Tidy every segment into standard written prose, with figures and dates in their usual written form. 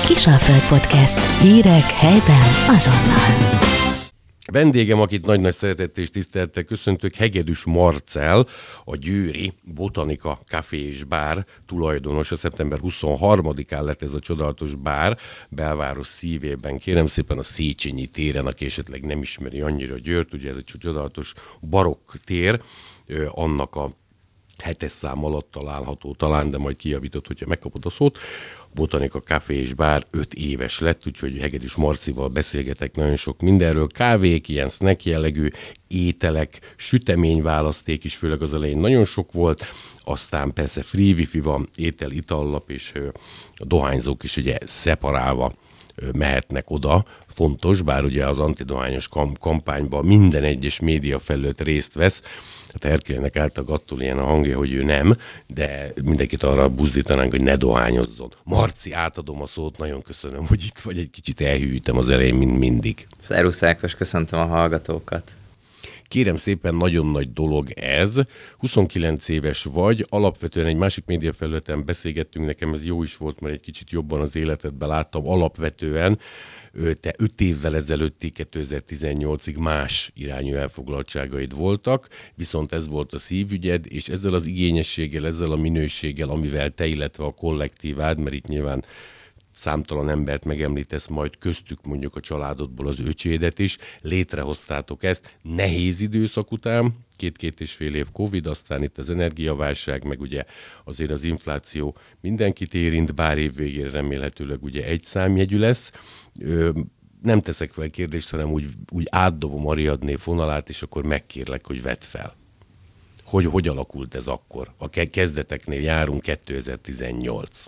Kisalföld Podcast. Hírek helyben azonnal. Vendégem, akit nagy-nagy szeretettel és tisztelettel köszöntök, Hegedűs Marcell, a győri Botanika Café és Bár tulajdonosa. Szeptember 23-án lett ez a csodálatos bár, belváros szívében. Kérem szépen a Széchenyi téren, aki esetleg nem ismeri annyira Győrt, ugye ez egy csodálatos barokk tér, annak a 7-es szám alatt található talán, de majd kijavított, hogyha megkapod a szót. Botanika Café és Bár 5 éves lett, úgyhogy Hegedűs Marcival beszélgetek nagyon sok mindenről. Kávék, ilyen snack jellegű ételek, süteményválaszték is, főleg az elején nagyon sok volt, aztán persze free wifi van, étel, itallap, és a dohányzók is ugye szeparálva mehetnek oda. Fontos, bár ugye az antidohányos kampányban minden egyes média felület részt vesz. Hát Erkélynek által attól ilyen a hangja, hogy ő nem, de mindenkit arra buzdítanánk, hogy ne dohányozzon. Marci, átadom a szót, nagyon köszönöm, hogy itt vagy, egy kicsit elhűltem az elején, mint mindig. Szervusz Ákos, köszöntöm a hallgatókat. Kérem szépen, nagyon nagy dolog ez. 29 éves vagy, alapvetően egy másik médiafelületen beszélgettünk, nekem ez jó is volt, mert egy kicsit jobban az életedbe láttam. Alapvetően te 5 évvel ezelőtti 2018-ig más irányú elfoglaltságaid voltak, viszont ez volt a szívügyed, és ezzel az igényességgel, ezzel a minőséggel, amivel te, illetve a kollektívád, mert itt nyilván számtalan embert megemlítesz, majd köztük mondjuk a családodból az öcsédet is, létrehoztátok ezt nehéz időszak után, 2-2,5 év Covid, aztán itt az energiaválság, meg ugye azért az infláció mindenkit érint, bár év végére remélhetőleg ugye egy számjegyű lesz. Nem teszek fel kérdést, hanem úgy átdobom Ariadné fonalát, és akkor megkérlek, hogy vedd fel. Hogy alakult ez akkor? A kezdeteknél járunk, 2018.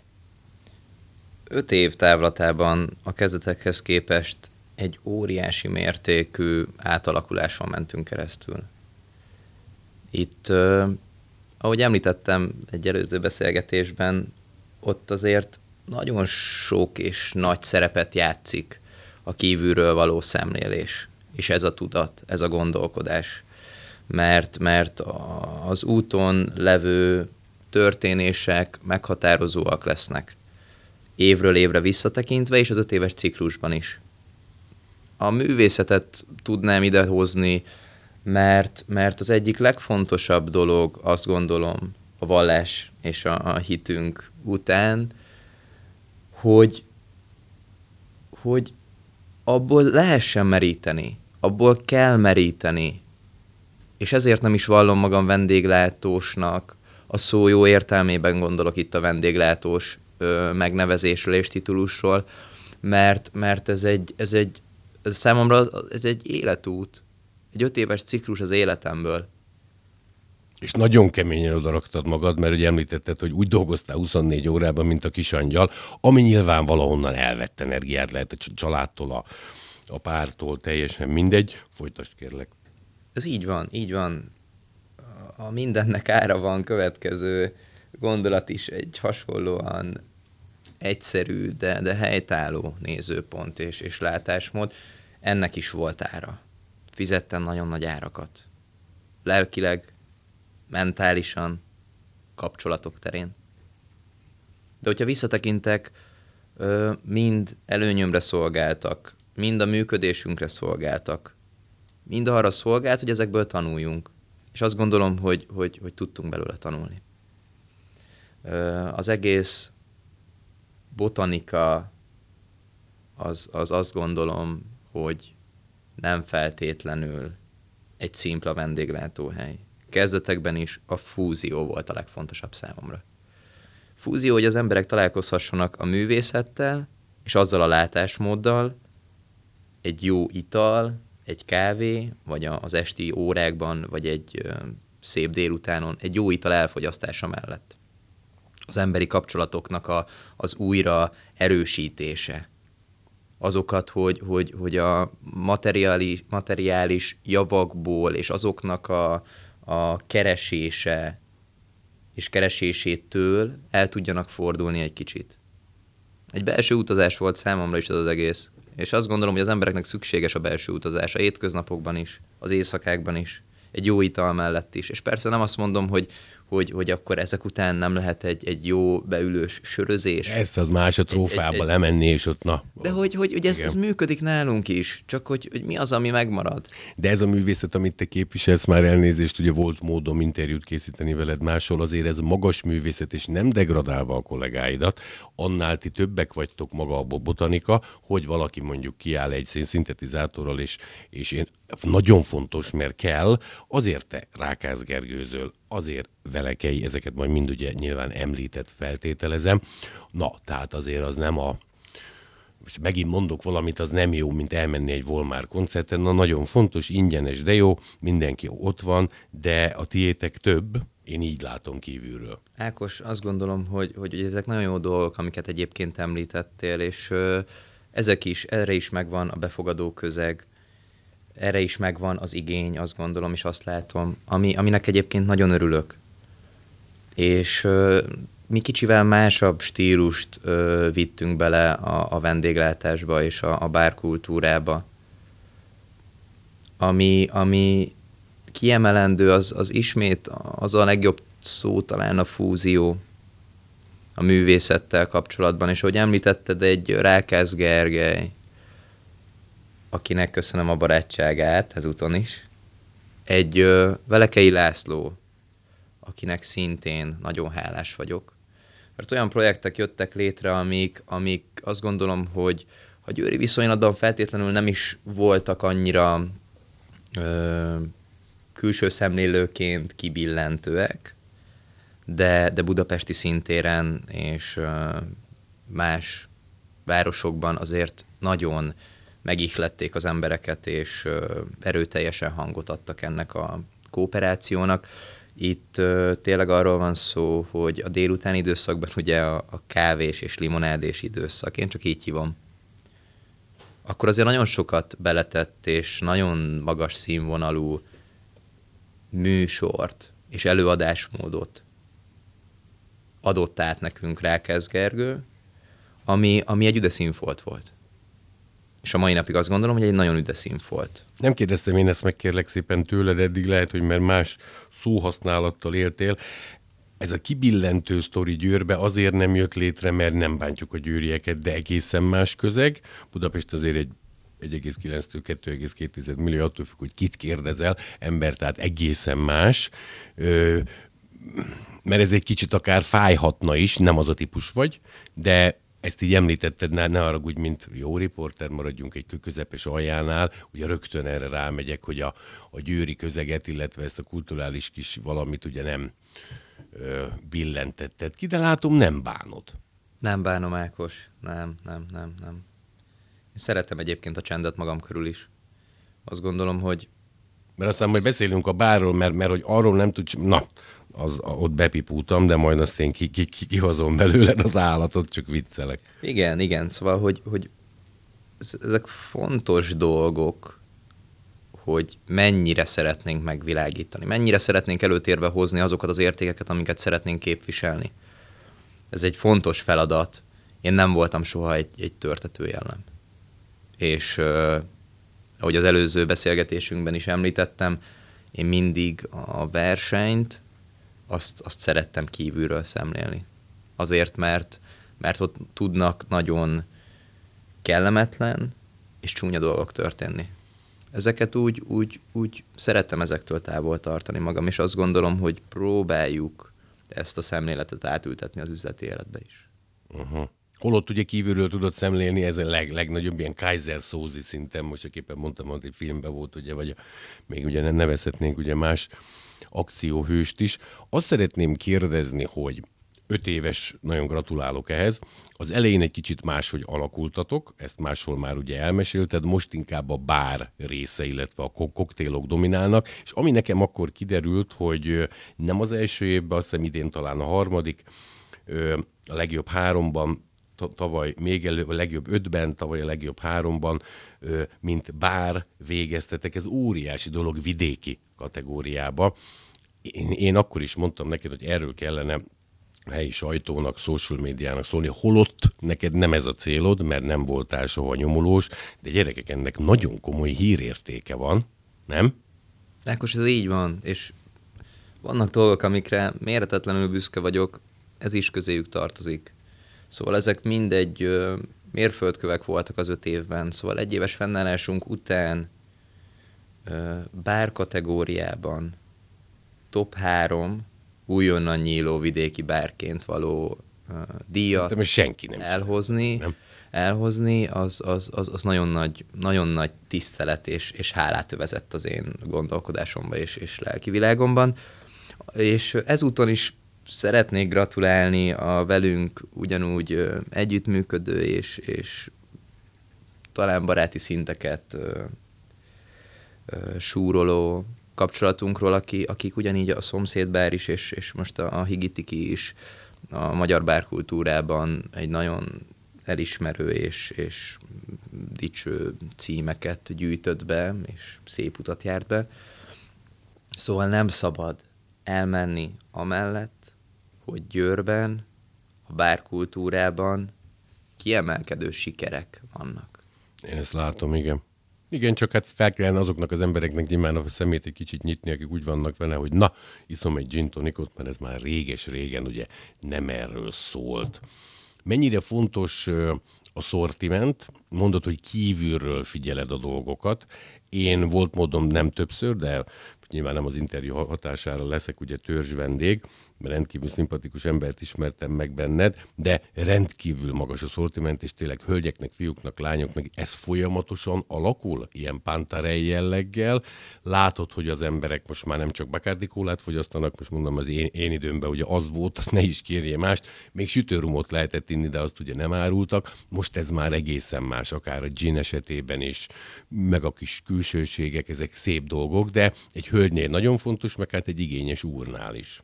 5 év távlatában a kezdetekhez képest egy óriási mértékű átalakuláson mentünk keresztül. Itt, ahogy említettem egy előző beszélgetésben, ott azért nagyon sok és nagy szerepet játszik a kívülről való szemlélés, és ez a tudat, ez a gondolkodás. Mert az úton levő történések meghatározóak lesznek. Évről évre visszatekintve, és az 5 éves ciklusban is. A művészetet tudnám idehozni, mert az egyik legfontosabb dolog, azt gondolom, a vallás és a hitünk után, hogy abból lehessen meríteni, abból kell meríteni, és ezért nem is vallom magam vendéglátósnak, a szó jó értelmében gondolok itt a vendéglátós megnevezésről és titulusról, mert ez számomra ez egy életút, egy 5 éves ciklus az életemből. És nagyon keményen odaraktad magad, mert ugye említetted, hogy úgy dolgoztál 24 órában, mint a kis angyal, ami nyilván valahonnan elvett energiát, lehet a családtól, a pártól, teljesen mindegy. Folytasd kérlek. Ez így van. A mindennek ára van következő gondolat is egy hasonlóan egyszerű, de helytálló nézőpont és látásmód. Ennek is volt ára. Fizettem nagyon nagy árakat. Lelkileg, mentálisan, kapcsolatok terén. De hogyha visszatekintek, mind előnyömre szolgáltak, mind a működésünkre szolgáltak, mind arra szolgált, hogy ezekből tanuljunk. És azt gondolom, hogy tudtunk belőle tanulni. Az egész botanika az azt gondolom, hogy nem feltétlenül egy szimpla vendéglátóhely. Kezdetekben is a fúzió volt a legfontosabb számomra. Fúzió, hogy az emberek találkozhassanak a művészettel, és azzal a látásmóddal, egy jó ital, egy kávé, vagy az esti órákban, vagy egy szép délutánon, egy jó ital elfogyasztása mellett. Az emberi kapcsolatoknak az újra erősítése. Azokat, hogy a materiális javakból és azoknak a keresése és keresésétől el tudjanak fordulni egy kicsit. Egy belső utazás volt számomra is az egész. És azt gondolom, hogy az embereknek szükséges a belső utazás, a hétköznapokban is, az éjszakákban is, egy jó ital mellett is. És persze nem azt mondom, hogy akkor ezek után nem lehet egy jó beülős sörözés. Ez az más a trófába lemenni, és ott na. De hogy ez működik nálunk is, csak hogy mi az, ami megmarad. De ez a művészet, amit te képviselsz, már elnézést, ugye volt módom interjút készíteni veled máshol, azért ez magas művészet, és nem degradálva a kollégáidat, annál ti többek vagytok maga a botanika, hogy valaki mondjuk kiáll egy szintetizátorral, és én nagyon fontos, mert kell, azért te Rákász Gergőzől, azért Velekei, ezeket majd mind ugye nyilván említett, feltételezem. Na, tehát azért az nem most megint mondok valamit, az nem jó, mint elmenni egy Volmár koncerten. Na, nagyon fontos, ingyenes, de jó, mindenki ott van, de a tiétek több, én így látom kívülről. Ákos, azt gondolom, hogy ezek nagyon jó dolgok, amiket egyébként említettél, és erre is megvan a befogadó közeg, erre is megvan az igény, azt gondolom, és azt látom, aminek egyébként nagyon örülök. És mi kicsivel másabb stílust vittünk bele a vendéglátásba és a bárkultúrába. Ami kiemelendő, az ismét az a legjobb szó talán a fúzió a művészettel kapcsolatban, és ahogy említetted, egy Rákász Gergely, akinek köszönöm a barátságát ezúton is, egy Velekei László, akinek szintén nagyon hálás vagyok. Mert olyan projektek jöttek létre, amik azt gondolom, hogy a győri viszonylatban feltétlenül nem is voltak annyira külső szemlélőként kibillentőek, de budapesti szintéren és más városokban azért nagyon megihlették az embereket, és erőteljesen hangot adtak ennek a kooperációnak. Itt tényleg arról van szó, hogy a délutáni időszakban ugye a kávés és limonádés időszak, én csak így hívom, akkor azért nagyon sokat beletett, és nagyon magas színvonalú műsort és előadásmódot adott át nekünk Rákász Gergő, ami egy üde színfolt volt. És a mai napig azt gondolom, hogy egy nagyon üde színfolt. Nem kérdeztem én ezt meg, kérlek szépen tőled, eddig lehet, hogy mert más szóhasználattal éltél. Ez a kibillentő sztori Győrbe azért nem jött létre, mert nem bántjuk a győrieket, de egészen más közeg. Budapest azért egy 1,9-től 2,2 millió, attól függ, hogy kit kérdezel, ember, tehát egészen más. Mert ez egy kicsit akár fájhatna is, nem az a típus vagy, de ezt így említetted, ne haragudj, mint jó riporter, maradjunk egy közepes aljánál, ugye rögtön erre rámegyek, hogy a győri közeget, illetve ezt a kulturális kis valamit ugye nem billentetted ki, de látom, nem bánod. Nem bánom, Ákos. Nem. Én szeretem egyébként a csendet magam körül is. Azt gondolom, hogy... Mert aztán majd beszélünk a bárról, mert hogy arról nem tudsz... Na, ott bepipultam, de majd azt én kihozom belőled az állatot, csak viccelek. Igen, szóval, hogy ezek fontos dolgok, hogy mennyire szeretnénk megvilágítani, mennyire szeretnénk előtérbe hozni azokat az értékeket, amiket szeretnénk képviselni. Ez egy fontos feladat. Én nem voltam soha egy törtető jellem. És ahogy az előző beszélgetésünkben is említettem, én mindig a versenyt, azt szerettem kívülről szemlélni. Azért, mert ott tudnak nagyon kellemetlen és csúnya dolgok történni. Ezeket úgy szeretem ezektől távol tartani magam, és azt gondolom, hogy próbáljuk ezt a szemléletet átültetni az üzleti életbe is. Uh-huh. Holott ugye kívülről tudod szemlélni, ez a legnagyobb ilyen Kaiser Soze szinten, most csak éppen mondtam, hogy egy filmben volt, ugye, vagy még ugye nem nevezhetnénk ugye más akcióhőst is. Azt szeretném kérdezni, hogy 5 éves, nagyon gratulálok ehhez. Az elején egy kicsit máshogy alakultatok, ezt máshol már ugye elmesélted, most inkább a bár része, illetve a koktélok dominálnak, és ami nekem akkor kiderült, hogy nem az első évben, azt hiszem idén talán a harmadik, a legjobb 3-ban, tavaly még a legjobb 5-ben, tavaly a legjobb 3-ban, mint bár végeztetek. Ez óriási dolog vidéki kategóriába. Én akkor is mondtam neked, hogy erről kellene a helyi sajtónak, social médiának szólni, holott neked nem ez a célod, mert nem voltál soha nyomulós, de gyerekek, ennek nagyon komoly hírértéke van, nem? Ákos, ez így van, és Vannak dolgok, amikre méretetlenül büszke vagyok, ez is közéjük tartozik. Szóval ezek mindegy mérföldkövek voltak az 5 évben. Szóval 1 éves fennállásunk után bár kategóriában top 3 újonnan nyíló vidéki bárként való díjat senki nem elhozni, az nagyon nagy tisztelet és hálát övezett az én gondolkodásomba és lelki világomban. És ezúton is szeretnék gratulálni a velünk ugyanúgy együttműködő és talán baráti szinteket súroló kapcsolatunkról, akik ugyanígy a szomszédbár is, és most a Higitiki is a magyar bárkultúrában egy nagyon elismerő és dicső címeket gyűjtött be, és szép utat járt be. Szóval nem szabad elmenni amellett, hogy Győrben, a bárkultúrában kiemelkedő sikerek vannak. Én ezt látom, igen. Igen, csak hát fel kellene azoknak az embereknek nyilván a szemét egy kicsit nyitni, akik úgy vannak vele, hogy na, iszom egy gin tonicot, mert ez már réges-régen ugye nem erről szólt. Mennyire fontos a szortiment? Mondod, hogy kívülről figyeled a dolgokat. Én volt módom nem többször, de nyilván nem az interjú hatására leszek ugye törzs vendég, mert rendkívül szimpatikus embert ismertem meg benned, de rendkívül magas a szortiment, és tényleg hölgyeknek, fiúknak, lányoknak ez folyamatosan alakul, ilyen Pantarei jelleggel. Látod, hogy az emberek most már nem csak Bacardi kólát fogyasztanak, most mondom, az én időmben ugye az volt, azt ne is kérje mást, még sütőrumot lehetett inni, de azt ugye nem árultak. Most ez már egészen más, akár a gin esetében is, meg a kis külsőségek, ezek szép dolgok, de egy hölgynél nagyon fontos, meg hát egy igényes úrnál is.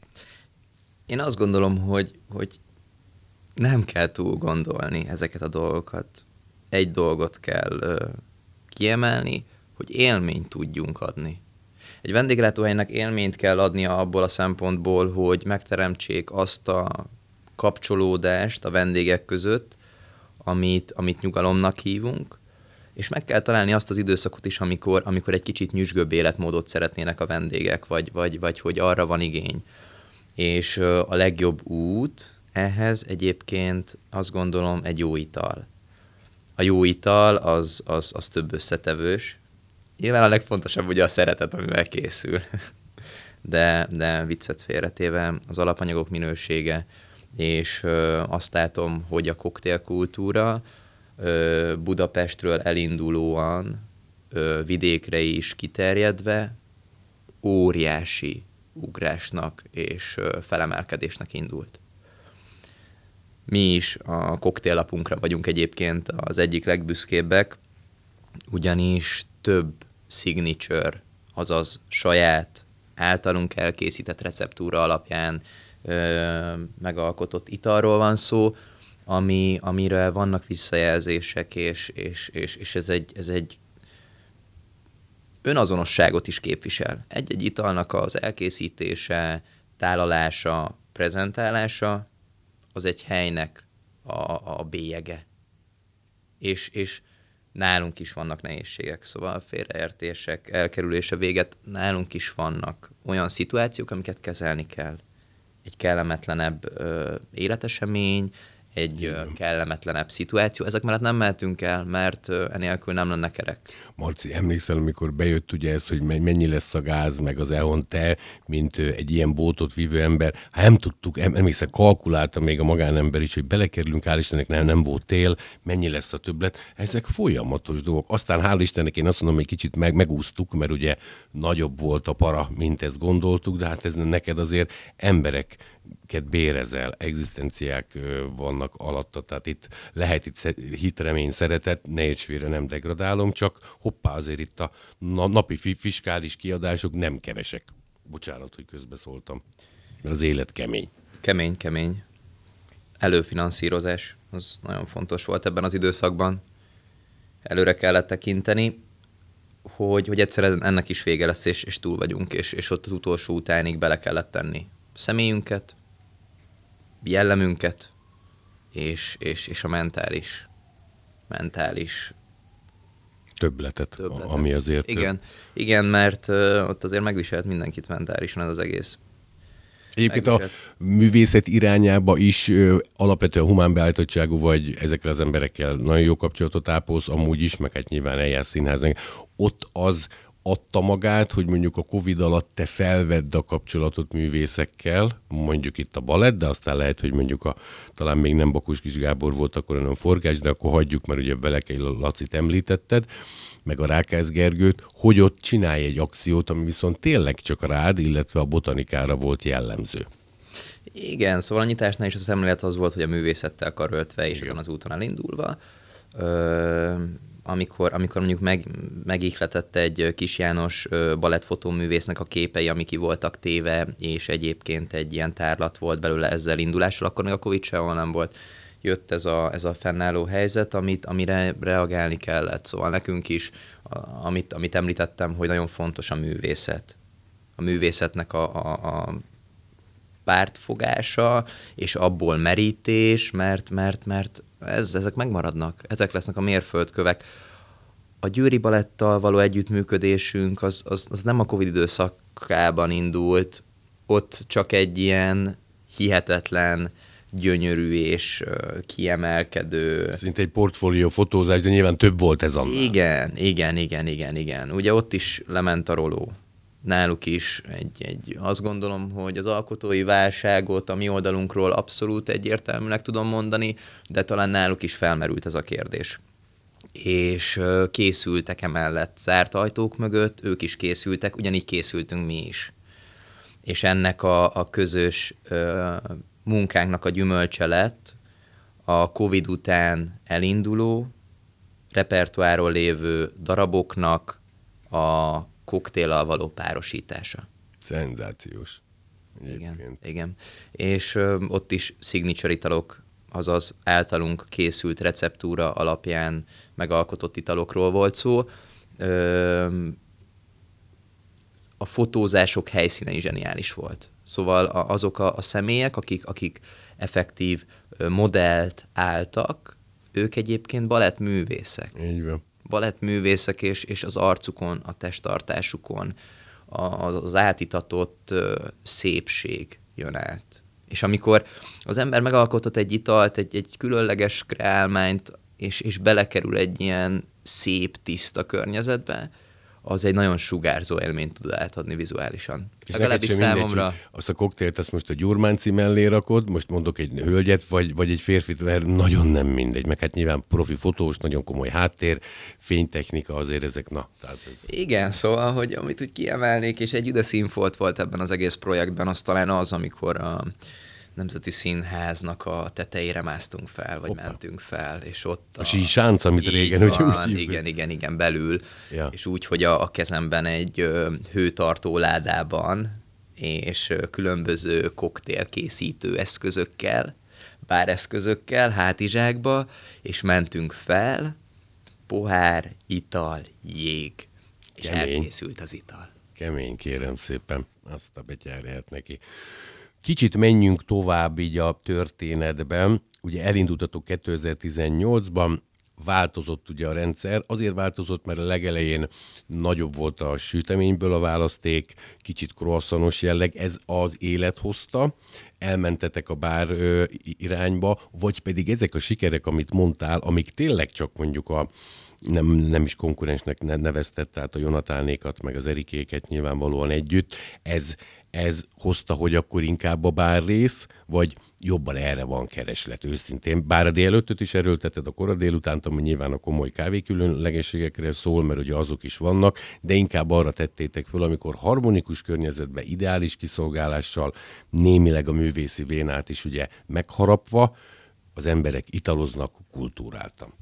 Én azt gondolom, hogy nem kell túl gondolni ezeket a dolgokat. Egy dolgot kell kiemelni, hogy élményt tudjunk adni. Egy vendéglátóhelynek élményt kell adnia abból a szempontból, hogy megteremtsék azt a kapcsolódást a vendégek között, amit nyugalomnak hívunk, és meg kell találni azt az időszakot is, amikor egy kicsit nyüzsgőbb életmódot szeretnének a vendégek, vagy hogy arra van igény. És a legjobb út ehhez egyébként azt gondolom egy jó ital. A jó ital az több összetevős. Nyilván a legfontosabb ugye a szeretet, amivel készül. De viccet félretéve az alapanyagok minősége, és azt látom, hogy a koktélkultúra Budapestről elindulóan vidékre is kiterjedve óriási ugrásnak és felemelkedésnek indult. Mi is a koktéllapunkra vagyunk egyébként az egyik legbüszkébbek, ugyanis több signature, azaz saját általunk elkészített receptúra alapján megalkotott italról van szó, amire vannak visszajelzések, és ez egy önazonosságot is képvisel. Egy italnak az elkészítése, tálalása, prezentálása, az egy helynek a bélyege. És nálunk is vannak nehézségek, szóval félreértések, elkerülése véget, nálunk is vannak olyan szituációk, amiket kezelni kell. Egy kellemetlenebb életesemény, egy kellemetlenebb szituáció. Ezek mellett nem mehetünk el, mert enélkül nem lenne kerek. Marci, emlékszel, amikor bejött ugye ez, hogy mennyi lesz a gáz, meg az EON, te, mint egy ilyen bótot vívő ember, hát nem tudtuk, emlékszel, kalkulálta még a magánember is, hogy belekerülünk, hál' Istennek nem volt tél, mennyi lesz a többlet. Ezek folyamatos dolgok. Aztán hál' Istennek én azt mondom, hogy kicsit megúsztuk, mert ugye nagyobb volt a para, mint ezt gondoltuk, de hát ez neked azért embereket bérezel, egzisztenciák vannak alatta, tehát itt lehet hit, remény, szeretet, ne értsd, nem degradálom, csak hoppá, azért itt a napi fiskális kiadások nem kevesek. Bocsánat, hogy közbeszóltam, mert az élet kemény. Kemény. Előfinanszírozás, az nagyon fontos volt ebben az időszakban. Előre kellett tekinteni, hogy egyszerűen ennek is vége lesz, és túl vagyunk, és ott az utolsó utánig bele kellett tenni személyünket, jellemünket, és a mentális többletet. Ami azért... Igen, mert ott azért megviselt mindenkit mentálisan ez az egész. Egyébként a művészet irányába is alapvetően humán beállítottságú vagy, ezekkel az emberekkel nagyon jó kapcsolatot ápolsz, amúgy is, meg hát nyilván eljársz színháznak. Ott az adta magát, hogy mondjuk a Covid alatt te felvedd a kapcsolatot művészekkel, mondjuk itt a balett, de aztán lehet, hogy mondjuk talán még nem Bakus Kis Gábor volt akkor, hanem Forgács, de akkor hagyjuk, mert ugye Velekei Lacit említetted, meg a Rákász Gergőt, hogy ott csinálj egy akciót, ami viszont tényleg csak rád, illetve a botanikára volt jellemző. Igen, szóval a nyitásnál is az szemlélet az volt, hogy a művészettel karöltve és ezen az úton elindulva. Amikor mondjuk megihletett egy Kis János balettfotóművésznek a képei, amik ki voltak téve, és egyébként egy ilyen tárlat volt belőle ezzel indulással, akkor még a Covid sehol nem volt. Jött ez a fennálló helyzet, amire reagálni kellett. Szóval nekünk is, amit említettem, hogy nagyon fontos a művészet. A művészetnek a pártfogása, és abból merítés, mert ezek megmaradnak. Ezek lesznek a mérföldkövek. A Győri Balettal való együttműködésünk az nem a Covid időszakában indult, ott csak egy ilyen hihetetlen, gyönyörű és kiemelkedő... Szinte egy portfólió fotózás, de nyilván több volt ez annál. Igen. Ugye ott is lement a roló. Náluk is azt gondolom, hogy az alkotói válságot a mi oldalunkról abszolút egyértelműnek tudom mondani, de talán náluk is felmerült ez a kérdés. És készültek emellett zárt ajtók mögött, ők is készültek, ugyanígy készültünk mi is. És ennek a közös munkánknak a gyümölcse lett a Covid után elinduló, repertoáron lévő daraboknak a koktéllal való párosítása. Szenzációs. Igen. És ott is signature italok, azaz általunk készült receptúra alapján megalkotott italokról volt szó. A fotózások helyszíne is zseniális volt. Szóval azok a személyek, akik effektív modellt álltak, ők egyébként balettművészek. Így van. Balettművészek, és az arcukon, a testtartásukon az átitatott szépség jön át. És amikor az ember megalkotott egy italt, egy különleges kreálmányt, és belekerül egy ilyen szép, tiszta környezetbe, az egy nagyon sugárzó élményt tud átadni vizuálisan. És legalábbis számomra... Mindegy, azt a koktélt, azt most a Gyurmánci mellé rakod, most mondok egy hölgyet, vagy egy férfit, mert nagyon nem mindegy, meg hát nyilván profi fotós, nagyon komoly háttér, fénytechnika, azért ezek, tehát ez... Igen, szóval, hogy amit úgy kiemelnék, és egy üde színfolt volt ebben az egész projektben, az talán az, amikor a Nemzeti Színháznak a tetejére másztunk fel, vagy mentünk fel, és ott a sísánc, amit régen úgy igen, belül, ja. És úgy, hogy a kezemben egy hőtartó ládában, és különböző koktélkészítő eszközökkel, báreszközökkel, hátizsákba, és mentünk fel, pohár, ital, jég, és elkészült az ital. Kemény, kérem szépen, azt a betyárját neki. Kicsit menjünk tovább így a történetben. Ugye elindultatok 2018-ban, változott ugye a rendszer. Azért változott, mert a legelején nagyobb volt a süteményből a választék, kicsit croissantos jelleg, ez az élet hozta. Elmentetek a bár irányba, vagy pedig ezek a sikerek, amit mondtál, amik tényleg csak mondjuk nem is konkurensnek neveztett, tehát a Jonatánékat, meg az Erikéket nyilvánvalóan együtt, ez hozta, hogy akkor inkább a bár rész, vagy jobban erre van kereslet őszintén. Bár a délelőttöt is erőlteted, a kora délutánt, ami nyilván a komoly kávékülönlegességekre szól, mert ugye azok is vannak, de inkább arra tettétek föl, amikor harmonikus környezetben, ideális kiszolgálással, némileg a művészi vénát is ugye megharapva, az emberek italoznak kultúráltan.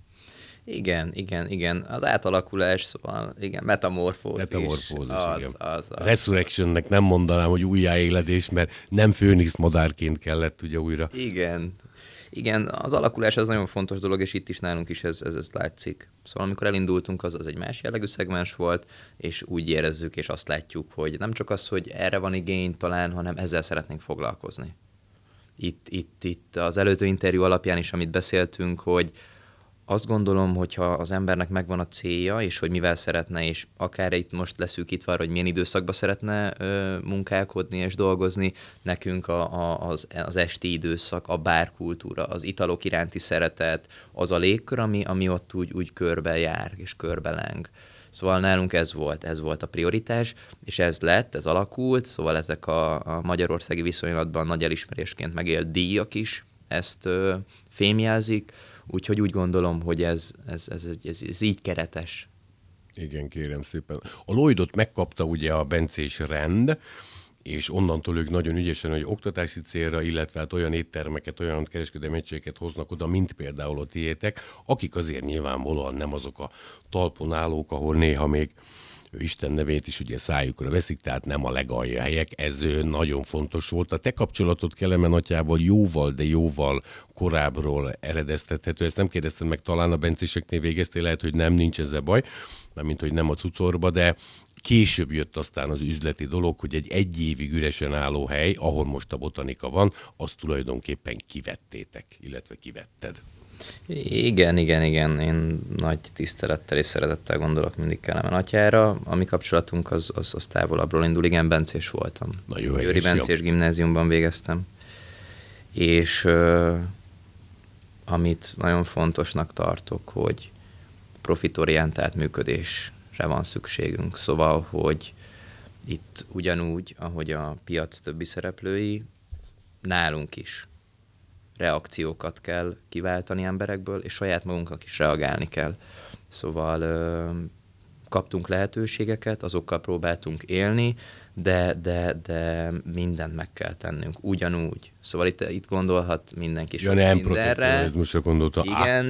Igen. Az átalakulás, szóval igen, metamorfózis. Igen. Az. Resurrectionnek nem mondanám, hogy újjáéledés, mert nem főnix madárként kellett ugye újra. Igen, az alakulás az nagyon fontos dolog, és itt is nálunk is ez látszik. Szóval amikor elindultunk, az egy más jellegű szegmens volt, és úgy érezzük, és azt látjuk, hogy nem csak az, hogy erre van igény talán, hanem ezzel szeretnénk foglalkozni. Itt az előző interjú alapján is, amit beszéltünk, hogy azt gondolom, hogyha az embernek megvan a célja, és hogy mivel szeretne, és akár itt most leszűkítve arra, hogy milyen időszakban szeretne munkálkodni és dolgozni, nekünk az esti időszak, a bárkultúra, az italok iránti szeretet, az a légkör, ami ott úgy körbe jár és körbeleng. Szóval nálunk ez volt a prioritás, és ez alakult, szóval ezek a magyarországi viszonylatban nagy elismerésként megélt díjak is ezt fémjelzik, úgyhogy úgy gondolom, hogy ez így keretes. Igen, kérem szépen. A Lloydot megkapta ugye a bencés rend, és onnantól ők nagyon ügyesen, hogy oktatási célra, illetve hát olyan éttermeket, olyan kereskedelmi egységeket hoznak oda, mint például a tiétek, akik azért nyilvánvalóan nem azok a talpon állók, ahol néha még Isten nevét is ugye szájukra veszik, tehát nem a legalja helyek, ez nagyon fontos volt. A te kapcsolatod Kelemen atyával jóval korábbról eredeztethető, ezt nem kérdeztem meg, talán a bencéseknél végeztél, lehet, hogy nem, nincs ezzel baj, mármint, hogy nem a cucorba, de később jött aztán az üzleti dolog, hogy egy évig üresen álló hely, ahol most a botanika van, azt tulajdonképpen kivettétek, illetve kivetted. Igen. Én nagy tisztelettel és szeretettel gondolok mindig Kelemen atyára. A mi kapcsolatunk az távolabbról indul. Igen, bencés voltam. Győri bencés gimnáziumban végeztem. És amit nagyon fontosnak tartok, hogy profitorientált működésre van szükségünk. Szóval, hogy itt ugyanúgy, ahogy a piac többi szereplői, nálunk is reakciókat kell kiváltani emberekből, és saját magunknak is reagálni kell. Szóval kaptunk lehetőségeket, azokkal próbáltunk élni, de mindent meg kell tennünk, ugyanúgy. Szóval itt gondolhat mindenki sok mindenre. Nem protekcionizmusra gondolta.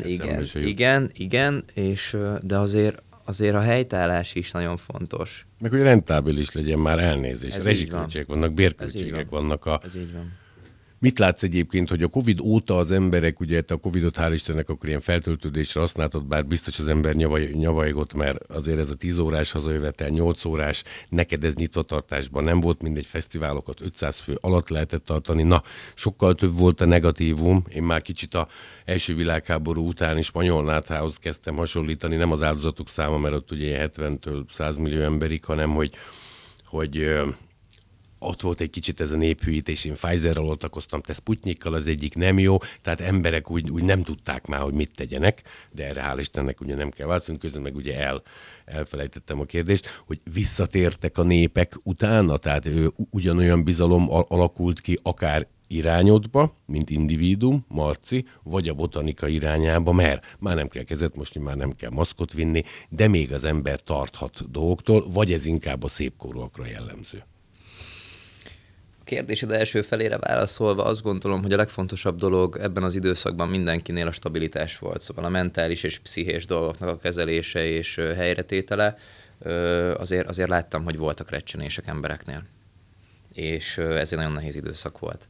Igen, és de azért a helytállás is nagyon fontos. Meg hogy rentábilis legyen, már elnézés. Rezsiköltségek vannak, bérköltségek vannak. Ez így van. Mit látsz egyébként, hogy a Covid óta az emberek, ugye te a Covidot hál' Istennek akkor ilyen feltöltődésre használtad, bár biztos az ember nyavajgott, mert azért ez a 10 órás hazajövetel, 8 órás, neked ez nyitvatartásban nem volt, mindegy, fesztiválokat 500 fő alatt lehetett tartani. Na, sokkal több volt a negatívum. Én már kicsit az első világháború utáni spanyol náthához kezdtem hasonlítani, nem az áldozatok száma, mert ott ugye 70-től 100 millió emberig, hanem hogy ott volt egy kicsit ez a néphűítés, én Pfizerrel oltakoztam, te Sputnikkal, az egyik nem jó, tehát emberek úgy nem tudták már, hogy mit tegyenek, de erre hál' Istennek ugye nem kell válaszolni, közben meg ugye elfelejtettem a kérdést, hogy visszatértek a népek utána, tehát ugyanolyan bizalom alakult ki akár irányodba, mint individuum, Marci, vagy a botanika irányába, mert már nem kell kezet mosni, már nem kell maszkot vinni, de még az ember tarthat dolgoktól, vagy ez inkább a szépkorúakra jellemző. Kérdésed első felére válaszolva azt gondolom, hogy a legfontosabb dolog ebben az időszakban mindenkinél a stabilitás volt. Szóval a mentális és pszichés dolgoknak a kezelése és helyretétele. Azért láttam, hogy voltak recsenések embereknél. És ez egy nagyon nehéz időszak volt.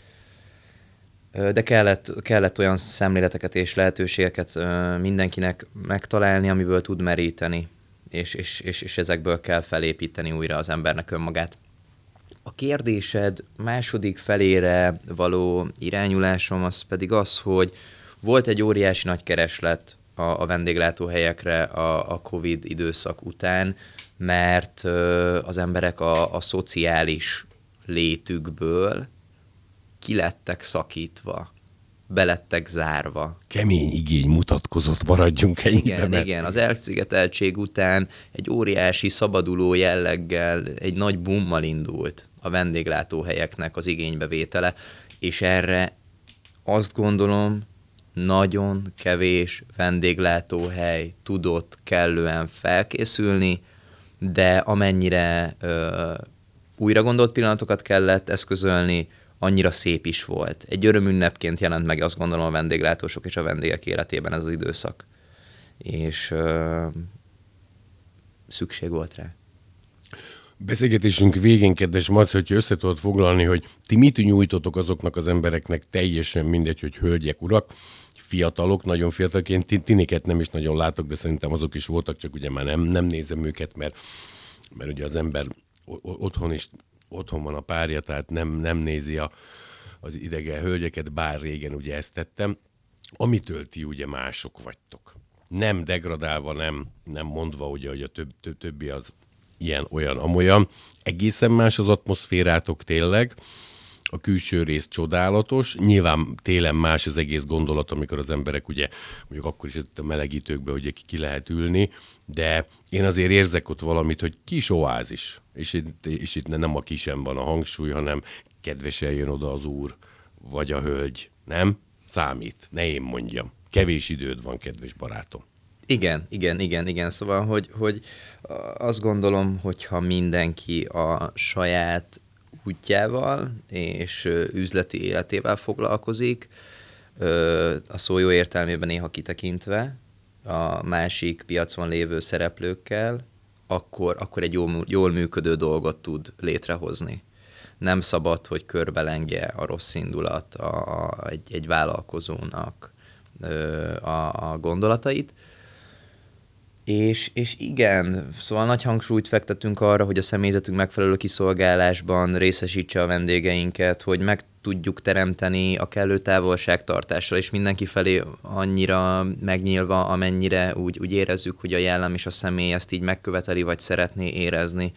De kellett olyan szemléleteket és lehetőségeket mindenkinek megtalálni, amiből tud meríteni, és ezekből kell felépíteni újra az embernek önmagát. A kérdésed második felére való irányulásom az pedig az, hogy volt egy óriási nagy kereslet a vendéglátóhelyekre a Covid időszak után, mert az emberek a szociális létükből kilettek szakítva, belettek zárva. Kemény igény mutatkozott, maradjunk ennyiben. Igen, az elszigeteltség után egy óriási szabaduló jelleggel, egy nagy bummal indult a vendéglátóhelyeknek az igénybevétele, és erre azt gondolom, nagyon kevés vendéglátóhely tudott kellően felkészülni, de amennyire újra gondolt pillanatokat kellett eszközölni, annyira szép is volt. Egy örömünnepként jelent meg, azt gondolom, a vendéglátósok és a vendégek életében ez az időszak. És szükség volt rá. Beszélgetésünk végén, kedves Marci, hogyha össze tudod foglalni, hogy ti mit nyújtotok azoknak az embereknek, teljesen mindegy, hogy hölgyek, urak, fiatalok, nagyon fiatalként, tiniket nem is nagyon látok, de szerintem azok is voltak, csak ugye már nem nézem őket, mert ugye az ember otthon van a párja, tehát nem nézi az idegen hölgyeket, bár régen ugye ezt tettem. amitől ti ugye mások vagytok. Nem degradálva, nem mondva, ugye, hogy a többi az ilyen, olyan, amolyan. Egészen más az atmoszférátok tényleg. A külső rész csodálatos. Nyilván télen más az egész gondolat, amikor az emberek ugye, mondjuk akkor is a melegítőkbe ugye ki lehet ülni, de én azért érzek ott valamit, hogy kis oázis. És itt nem a kisen van a hangsúly, hanem kedvesen jön oda az úr, vagy a hölgy. Nem? Számít. Ne én mondjam. Kevés időd van, kedves barátom. Igen. Szóval, hogy azt gondolom, hogyha mindenki a saját útjával és üzleti életével foglalkozik, a szó jó értelmében néha kitekintve a másik piacon lévő szereplőkkel, akkor egy jól működő dolgot tud létrehozni. Nem szabad, hogy körbelengje a rossz indulat egy vállalkozónak a gondolatait. És igen, szóval nagy hangsúlyt fektetünk arra, hogy a személyzetünk megfelelő kiszolgálásban részesítse a vendégeinket, hogy meg tudjuk teremteni a kellő távolságtartással, és mindenki felé annyira megnyílva, amennyire úgy érezzük, hogy a jellem és a személy ezt így megköveteli, vagy szeretné érezni.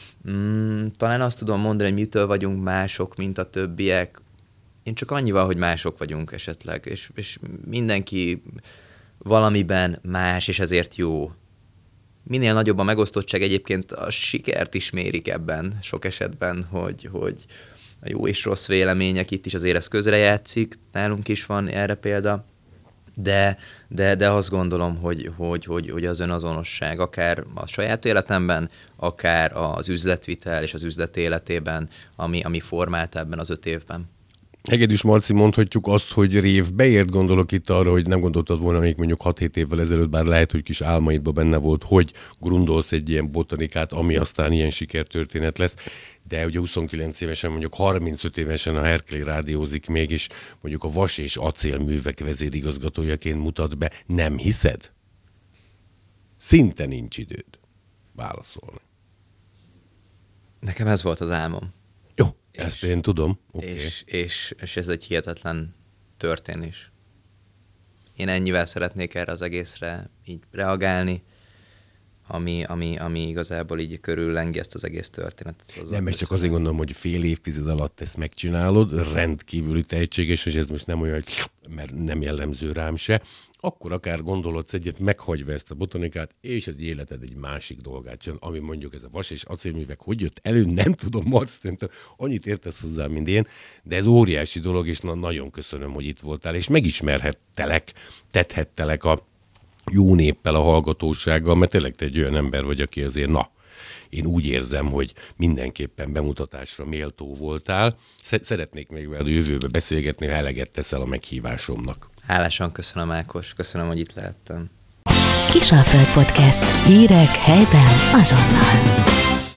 Talán azt tudom mondani, hogy mitől vagyunk mások, mint a többiek. Én csak annyival, hogy mások vagyunk esetleg, és mindenki valamiben más, és ezért jó. Minél nagyobb a megosztottság, egyébként a sikert is mérik ebben sok esetben, hogy a jó és rossz vélemények itt is azért ez közrejátszik, nálunk is van erre példa, de azt gondolom, hogy az önazonosság, akár a saját életemben, akár az üzletvitel és az üzlet életében, ami formált ebben az 5 évben. Hegedűs Marci, mondhatjuk azt, hogy rév beért, gondolok itt arra, hogy nem gondoltad volna még mondjuk 6-7 évvel ezelőtt, bár lehet, hogy kis álmaidban benne volt, hogy grundolsz egy ilyen botanikát, ami aztán ilyen sikertörténet lesz, de ugye 29 évesen, mondjuk 35 évesen a Herkley rádiózik még, és mondjuk a vas- és acélművek vezérigazgatójaként mutat be, nem hiszed? Szinte nincs időd válaszolni. Nekem ez volt az álmom. Jó, ezt én tudom. Okay. És ez egy hihetetlen történés. Én ennyivel szeretnék erre az egészre így reagálni, ami igazából így körüllengi ezt az egész történetet. Nem, és csak azért gondolom, hogy fél évtized alatt ezt megcsinálod, rendkívüli tehetséges, és ez most nem olyan, mert nem jellemző rám se, akkor akár gondolodsz egyet, meghagyva ezt a botanikát, és az életed egy másik dolgát csinál, ami mondjuk ez a vas- és acélművek, hogy jött elő, nem tudom, Marci, szerintem annyit értesz hozzá, mint én, de ez óriási dolog, és nagyon köszönöm, hogy itt voltál, és megismerhettelek, tethettelek a jó néppel, a hallgatósággal, mert tényleg te egy olyan ember vagy, aki azért, én úgy érzem, hogy mindenképpen bemutatásra méltó voltál. Szeretnék még veled a jövőbe beszélgetni, ha eleget teszel a meghívásomnak. Hálásan köszönöm, Ákos, köszönöm, hogy itt lehettem. Kisalföld Podcast. Hírek helyben azonnal.